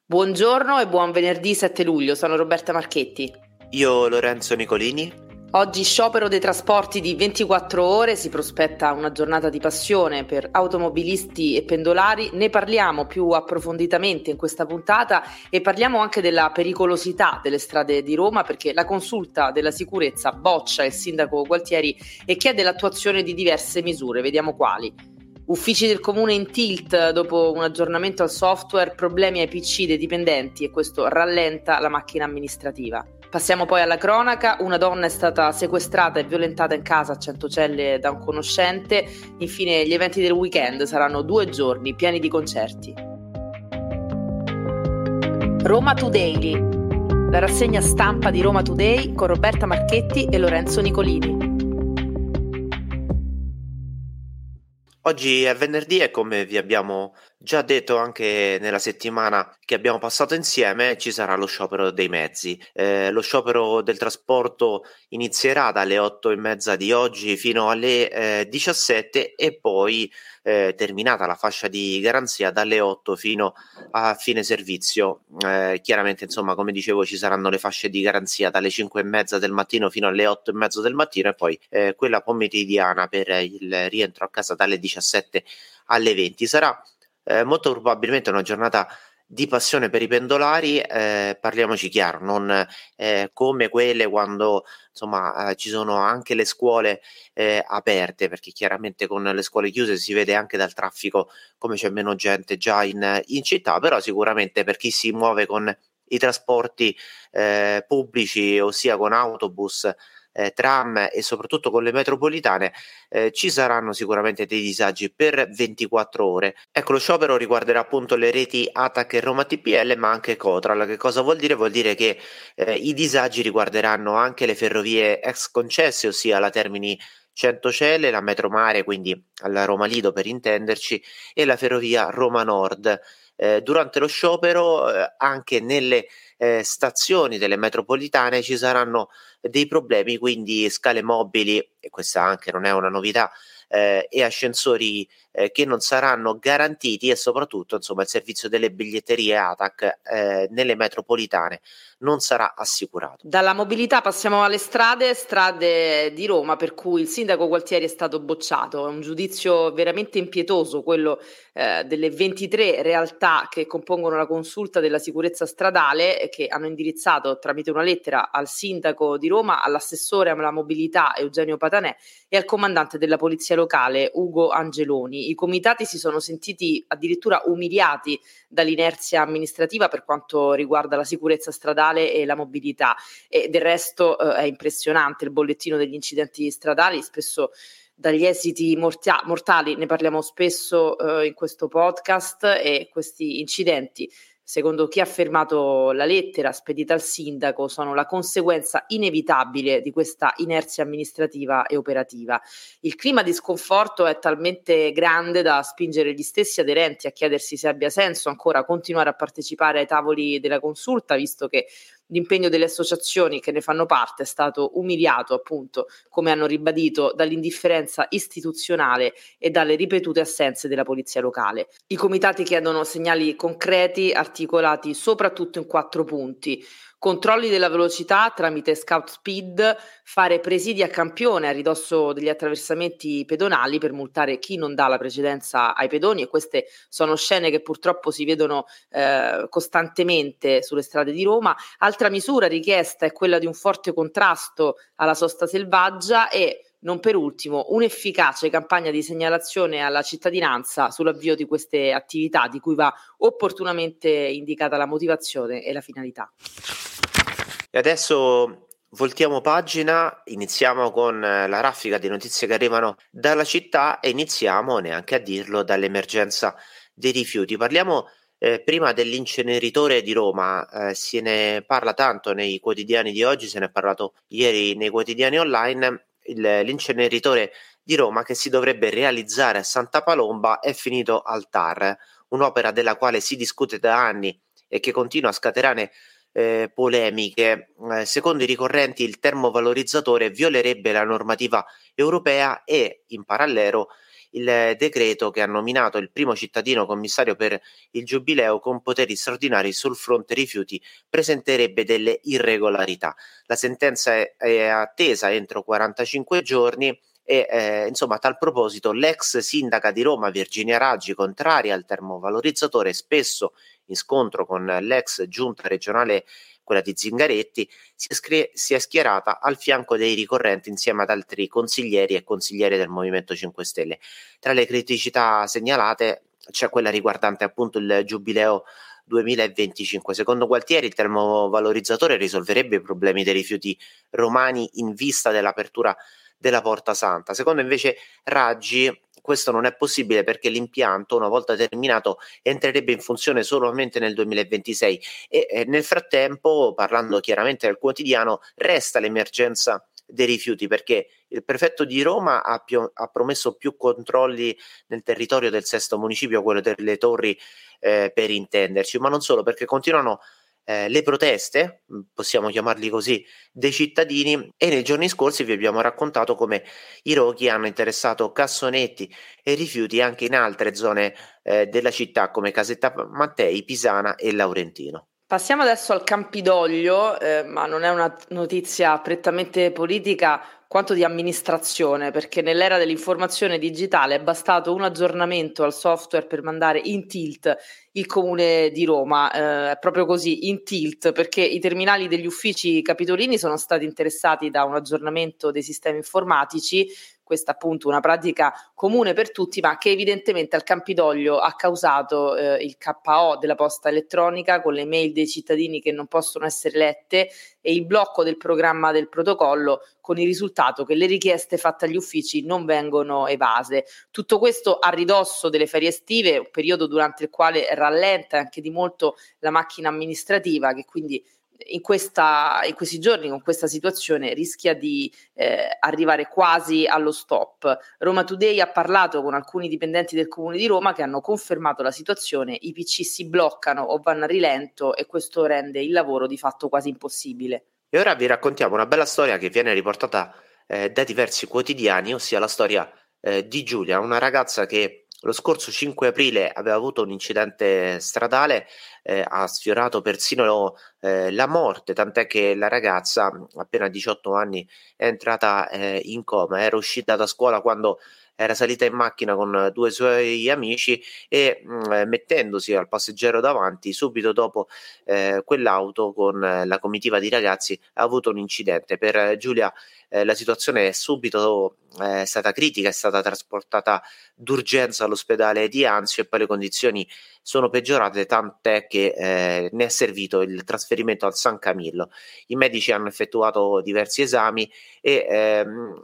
Buongiorno e buon venerdì 7 luglio, sono Roberta Marchetti. Io Lorenzo Nicolini. Oggi sciopero dei trasporti di 24 ore, si prospetta una giornata di passione per automobilisti e pendolari. Ne parliamo più approfonditamente in questa puntata e parliamo anche della pericolosità delle strade di Roma, perché la consulta della sicurezza boccia il sindaco Gualtieri e chiede l'attuazione di diverse misure. Vediamo quali. Uffici del comune in tilt dopo un aggiornamento al software, problemi ai PC dei dipendenti e questo rallenta la macchina amministrativa. Passiamo poi alla cronaca. Una donna è stata sequestrata e violentata in casa a Centocelle da un conoscente. Infine gli eventi del weekend saranno 2 giorni pieni di concerti. Roma Today, la rassegna stampa di Roma Today con Roberta Marchetti e Lorenzo Nicolini. Oggi è venerdì e come vi abbiamo già detto anche nella settimana che abbiamo passato insieme ci sarà lo sciopero dei mezzi. Lo sciopero del trasporto inizierà dalle 8:30 di oggi fino alle 17 e poi terminata la fascia di garanzia dalle 8 fino a fine servizio. Chiaramente insomma come dicevo ci saranno le fasce di garanzia dalle 5:30 del mattino fino alle 8:30 del mattino e poi quella pomeridiana per il rientro a casa dalle 17 alle 20. Sarà molto probabilmente una giornata di passione per i pendolari, parliamoci chiaro, non come quelle quando insomma ci sono anche le scuole aperte, perché chiaramente con le scuole chiuse si vede anche dal traffico come c'è meno gente già in città, però sicuramente per chi si muove con i trasporti pubblici, ossia con autobus, tram e soprattutto con le metropolitane, ci saranno sicuramente dei disagi per 24 ore. Ecco, lo sciopero riguarderà appunto le reti ATAC e Roma TPL, ma anche Cotral. Che cosa vuol dire? Vuol dire che i disagi riguarderanno anche le ferrovie ex concesse, ossia la Termini Centocelle, la Metromare, quindi alla Roma Lido per intenderci, e la ferrovia Roma Nord. Durante lo sciopero, anche nelle stazioni delle metropolitane ci saranno dei problemi, quindi scale mobili, e questa anche non è una novità, e ascensori che non saranno garantiti, e soprattutto insomma il servizio delle biglietterie ATAC nelle metropolitane non sarà assicurato. Dalla mobilità passiamo alle strade di Roma, per cui il sindaco Gualtieri è stato bocciato. È un giudizio veramente impietoso quello delle 23 realtà che compongono la consulta della sicurezza stradale, che hanno indirizzato tramite una lettera al sindaco di Roma, all'assessore alla mobilità Eugenio Patanè e al comandante della polizia locale Ugo Angeloni. I comitati si sono sentiti addirittura umiliati dall'inerzia amministrativa per quanto riguarda la sicurezza stradale e la mobilità, e del resto è impressionante il bollettino degli incidenti stradali, spesso dagli esiti mortali, ne parliamo spesso in questo podcast, e questi incidenti, secondo chi ha firmato la lettera spedita al sindaco, sono la conseguenza inevitabile di questa inerzia amministrativa e operativa. Il clima di sconforto è talmente grande da spingere gli stessi aderenti a chiedersi se abbia senso ancora continuare a partecipare ai tavoli della consulta, visto che l'impegno delle associazioni che ne fanno parte è stato umiliato, appunto, come hanno ribadito, dall'indifferenza istituzionale e dalle ripetute assenze della polizia locale. I comitati chiedono segnali concreti, articolati soprattutto in 4 punti. Controlli della velocità tramite scout speed, fare presidi a campione a ridosso degli attraversamenti pedonali per multare chi non dà la precedenza ai pedoni, e queste sono scene che purtroppo si vedono costantemente sulle strade di Roma. Altra misura richiesta è quella di un forte contrasto alla sosta selvaggia e, non per ultimo, un'efficace campagna di segnalazione alla cittadinanza sull'avvio di queste attività, di cui va opportunamente indicata la motivazione e la finalità. E adesso voltiamo pagina, iniziamo con la raffica di notizie che arrivano dalla città e iniziamo, neanche a dirlo, dall'emergenza dei rifiuti. Parliamo prima dell'inceneritore di Roma, se ne parla tanto nei quotidiani di oggi, se ne è parlato ieri nei quotidiani online. L'inceneritore di Roma che si dovrebbe realizzare a Santa Palomba è finito al TAR, un'opera della quale si discute da anni e che continua a scatenare polemiche. Secondo i ricorrenti il termovalorizzatore violerebbe la normativa europea e in parallelo il decreto che ha nominato il primo cittadino commissario per il Giubileo con poteri straordinari sul fronte rifiuti presenterebbe delle irregolarità. La sentenza è attesa entro 45 giorni. E insomma, a tal proposito, l'ex sindaca di Roma Virginia Raggi, contraria al termovalorizzatore, spesso in scontro con l'ex giunta regionale, quella di Zingaretti, si è schierata al fianco dei ricorrenti insieme ad altri consiglieri e consiglieri del Movimento 5 Stelle. Tra le criticità segnalate c'è quella riguardante appunto il Giubileo 2025. Secondo Gualtieri il termovalorizzatore risolverebbe i problemi dei rifiuti romani in vista dell'apertura della Porta Santa. Secondo invece Raggi questo non è possibile perché l'impianto, una volta terminato, entrerebbe in funzione solamente nel 2026 e nel frattempo, parlando chiaramente del quotidiano, resta l'emergenza dei rifiuti perché il prefetto di Roma ha promesso più controlli nel territorio del sesto municipio, quello delle Torri, per intenderci, ma non solo, perché continuano le proteste, possiamo chiamarli così, dei cittadini, e nei giorni scorsi vi abbiamo raccontato come i roghi hanno interessato cassonetti e rifiuti anche in altre zone della città come Casetta Mattei, Pisana e Laurentino. Passiamo adesso al Campidoglio, ma non è una notizia prettamente politica quanto di amministrazione, perché nell'era dell'informazione digitale è bastato un aggiornamento al software per mandare in tilt il Comune di Roma, è proprio così, in tilt, perché i terminali degli uffici capitolini sono stati interessati da un aggiornamento dei sistemi informatici. Questa appunto una pratica comune per tutti, ma che evidentemente al Campidoglio ha causato il KO della posta elettronica con le mail dei cittadini che non possono essere lette e il blocco del programma del protocollo, con il risultato che le richieste fatte agli uffici non vengono evase. Tutto questo a ridosso delle ferie estive, un periodo durante il quale rallenta anche di molto la macchina amministrativa, che quindi in questi giorni, con questa situazione, rischia di arrivare quasi allo stop. Roma Today ha parlato con alcuni dipendenti del Comune di Roma che hanno confermato la situazione, i PC si bloccano o vanno a rilento e questo rende il lavoro di fatto quasi impossibile. E ora vi raccontiamo una bella storia che viene riportata da diversi quotidiani, ossia la storia di Giulia, una ragazza che lo scorso 5 aprile aveva avuto un incidente stradale, ha sfiorato persino la morte, tant'è che la ragazza, appena 18 anni, è entrata in coma. Era uscita da scuola quando era salita in macchina con due suoi amici e mettendosi al passeggero davanti, subito dopo quell'auto con la comitiva di ragazzi ha avuto un incidente. Per Giulia la situazione è subito stata critica, è stata trasportata d'urgenza all'ospedale di Anzio e poi le condizioni sono peggiorate, tant'è che ne è servito il trasferimento al San Camillo. I medici hanno effettuato diversi esami e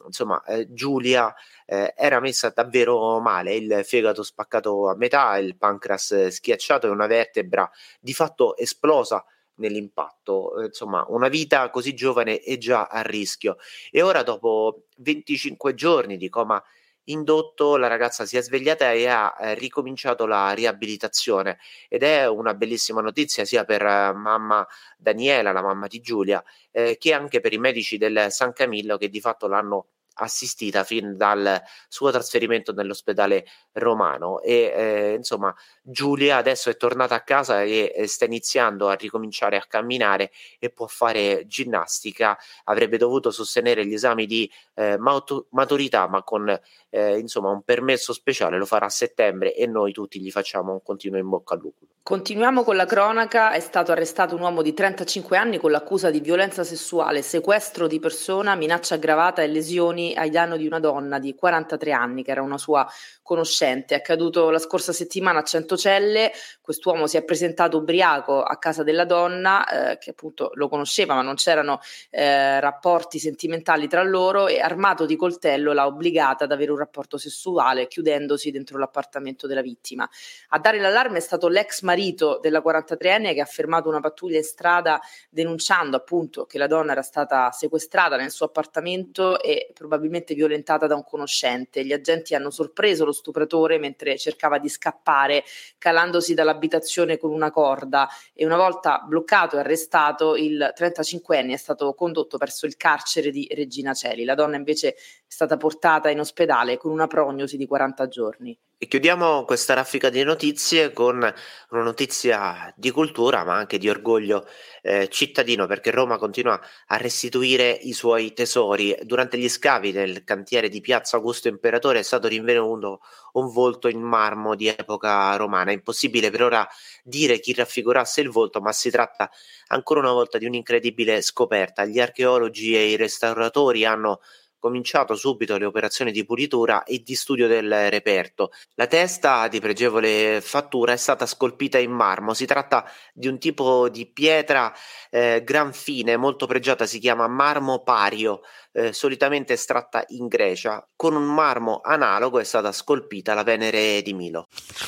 Giulia era messa davvero male, il fegato spaccato a metà, il pancreas schiacciato e una vertebra di fatto esplosa nell'impatto. Insomma, una vita così giovane è già a rischio. E ora, dopo 25 giorni di coma indotto, la ragazza si è svegliata e ha ricominciato la riabilitazione, ed è una bellissima notizia sia per mamma Daniela, la mamma di Giulia, che anche per i medici del San Camillo, che di fatto l'hanno assistita fin dal suo trasferimento nell'ospedale romano. E Giulia adesso è tornata a casa e sta iniziando a ricominciare a camminare e può fare ginnastica. Avrebbe dovuto sostenere gli esami di maturità, ma con un permesso speciale lo farà a settembre e noi tutti gli facciamo un continuo in bocca al lupo. Continuiamo con la cronaca. È stato arrestato un uomo di 35 anni con l'accusa di violenza sessuale, sequestro di persona, minaccia aggravata e lesioni ai danni di una donna di 43 anni che era una sua conoscente. È accaduto la scorsa settimana a Centocelle. Quest'uomo si è presentato ubriaco a casa della donna, che appunto lo conosceva ma non c'erano rapporti sentimentali tra loro, e armato di coltello l'ha obbligata ad avere un rapporto sessuale chiudendosi dentro l'appartamento della vittima. A dare l'allarme è stato l'ex marito della 43enne che ha fermato una pattuglia in strada denunciando appunto che la donna era stata sequestrata nel suo appartamento e probabilmente probabilmente violentata da un conoscente. Gli agenti hanno sorpreso lo stupratore mentre cercava di scappare, calandosi dall'abitazione con una corda, e una volta bloccato e arrestato il 35enne è stato condotto verso il carcere di Regina Coeli. La donna invece è stata portata in ospedale con una prognosi di 40 giorni. E chiudiamo questa raffica di notizie con una notizia di cultura, ma anche di orgoglio cittadino, perché Roma continua a restituire i suoi tesori. Durante gli scavi del cantiere di Piazza Augusto Imperatore è stato rinvenuto un volto in marmo di epoca romana. È impossibile per ora dire chi raffigurasse il volto, ma si tratta ancora una volta di un'incredibile scoperta. Gli archeologi e i restauratori hanno cominciato subito le operazioni di pulitura e di studio del reperto. La testa, di pregevole fattura, è stata scolpita in marmo. Si tratta di un tipo di pietra gran fine, molto pregiata, si chiama marmo pario, solitamente estratta in Grecia. Con un marmo analogo è stata scolpita la Venere di Milo.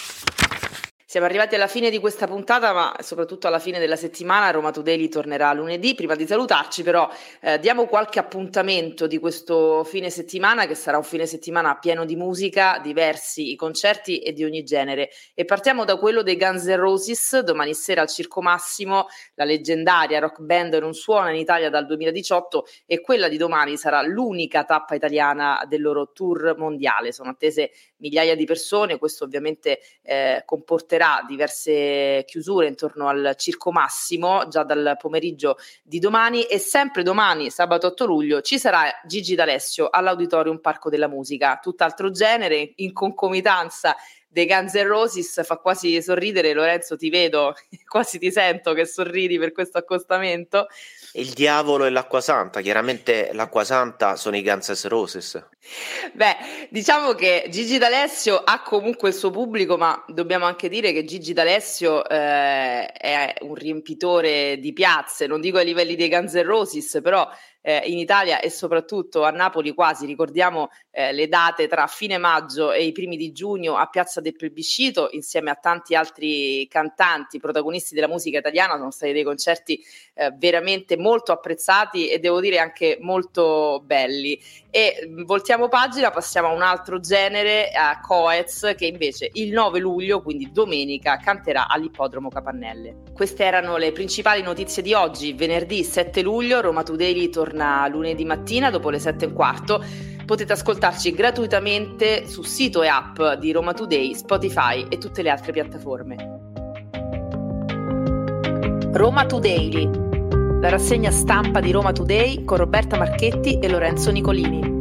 Siamo arrivati alla fine di questa puntata, ma soprattutto alla fine della settimana. Roma Today tornerà lunedì. Prima di salutarci, però, diamo qualche appuntamento di questo fine settimana, che sarà un fine settimana pieno di musica, diversi i concerti e di ogni genere. E partiamo da quello dei Guns N' Roses. Domani sera al Circo Massimo, la leggendaria rock band non suona in Italia dal 2018, e quella di domani sarà l'unica tappa italiana del loro tour mondiale. Sono attese migliaia di persone. Questo ovviamente comporterà diverse chiusure intorno al Circo Massimo già dal pomeriggio di domani, e sempre domani, sabato 8 luglio, ci sarà Gigi D'Alessio all'Auditorium Parco della Musica. Tutt'altro genere, in concomitanza dei Guns N' Roses. Fa quasi sorridere, Lorenzo, ti vedo, quasi ti sento che sorridi per questo accostamento. Il diavolo e l'acqua santa, chiaramente l'acqua santa sono i Guns N' Roses. Beh, diciamo che Gigi D'Alessio ha comunque il suo pubblico, ma dobbiamo anche dire che Gigi D'Alessio è un riempitore di piazze, non dico ai livelli dei Guns N' Roses, però in Italia e soprattutto a Napoli quasi. Ricordiamo le date tra fine maggio e i primi di giugno a Piazza del Plebiscito, insieme a tanti altri cantanti protagonisti della musica italiana. Sono stati dei concerti veramente molto apprezzati e devo dire anche molto belli. E voltiamo pagina, passiamo a un altro genere, a Coez, che invece il 9 luglio, quindi domenica, canterà all'Ippodromo Capannelle. Queste erano le principali notizie di oggi, venerdì 7 luglio. Roma Today torna lunedì mattina dopo le 7:15. Potete ascoltarci gratuitamente su sito e app di Roma Today, Spotify e tutte le altre piattaforme. Roma Today, la rassegna stampa di Roma Today con Roberta Marchetti e Lorenzo Nicolini.